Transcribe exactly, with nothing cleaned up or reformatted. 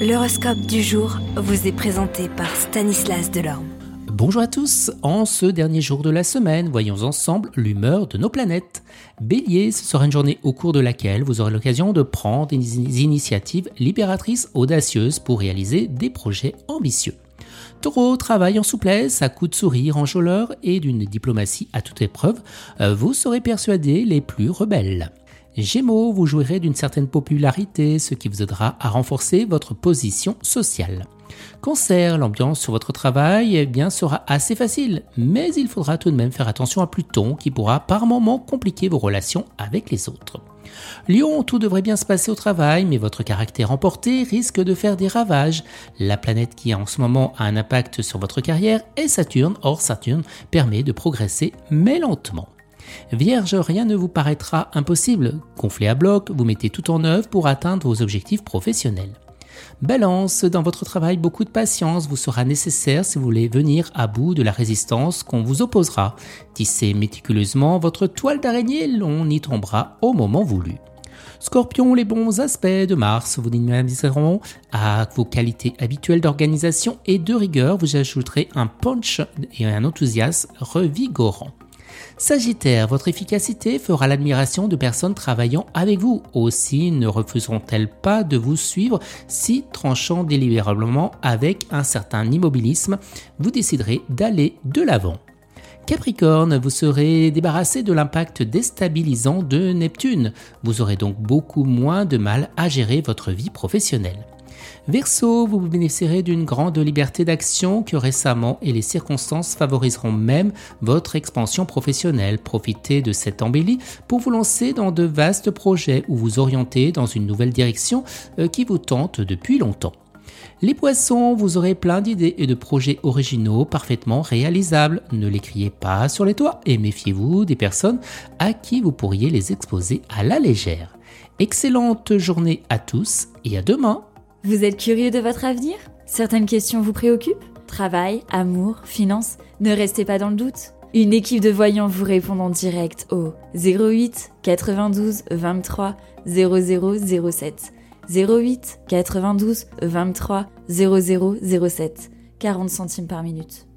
L'horoscope du jour vous est présenté par Stanislas Delorme. Bonjour à tous, en ce dernier jour de la semaine, voyons ensemble l'humeur de nos planètes. Bélier, ce sera une journée au cours de laquelle vous aurez l'occasion de prendre des initiatives libératrices audacieuses pour réaliser des projets ambitieux. Taureau, travail en souplesse, à coups de sourire enjôleurs et d'une diplomatie à toute épreuve, vous serez persuadés les plus rebelles. Gémeaux, vous jouirez d'une certaine popularité, ce qui vous aidera à renforcer votre position sociale. Cancer, l'ambiance sur votre travail eh bien, sera assez facile, mais il faudra tout de même faire attention à Pluton qui pourra par moments compliquer vos relations avec les autres. Lion, tout devrait bien se passer au travail, mais votre caractère emporté risque de faire des ravages. La planète qui en ce moment a un impact sur votre carrière est Saturne, or Saturne permet de progresser mais lentement. Vierge, rien ne vous paraîtra impossible. Gonflé à bloc, vous mettez tout en œuvre pour atteindre vos objectifs professionnels. Balance, dans votre travail, beaucoup de patience vous sera nécessaire si vous voulez venir à bout de la résistance qu'on vous opposera. Tissez méticuleusement votre toile d'araignée, l'on y tombera au moment voulu. Scorpion, les bons aspects de Mars vous dynamiseront à vos qualités habituelles d'organisation et de rigueur, vous ajouterez un punch et un enthousiasme revigorant. Sagittaire, votre efficacité fera l'admiration de personnes travaillant avec vous. Aussi ne refuseront-elles pas de vous suivre si, tranchant délibérément avec un certain immobilisme, vous déciderez d'aller de l'avant. Capricorne, vous serez débarrassé de l'impact déstabilisant de Neptune. Vous aurez donc beaucoup moins de mal à gérer votre vie professionnelle. Verseau, vous bénéficierez d'une grande liberté d'action que récemment et les circonstances favoriseront même votre expansion professionnelle. Profitez de cette embellie pour vous lancer dans de vastes projets ou vous orienter dans une nouvelle direction qui vous tente depuis longtemps. Les poissons, vous aurez plein d'idées et de projets originaux parfaitement réalisables. Ne les criez pas sur les toits et méfiez-vous des personnes à qui vous pourriez les exposer à la légère. Excellente journée à tous et à demain. Vous êtes curieux de votre avenir ? Certaines questions vous préoccupent ? Travail, amour, finances ? Ne restez pas dans le doute. Une équipe de voyants vous répond en direct au zéro huit quatre-vingt-douze vingt-trois zéro zéro zéro sept zéro huit quatre-vingt-douze vingt-trois zéro zéro zéro sept quarante centimes par minute.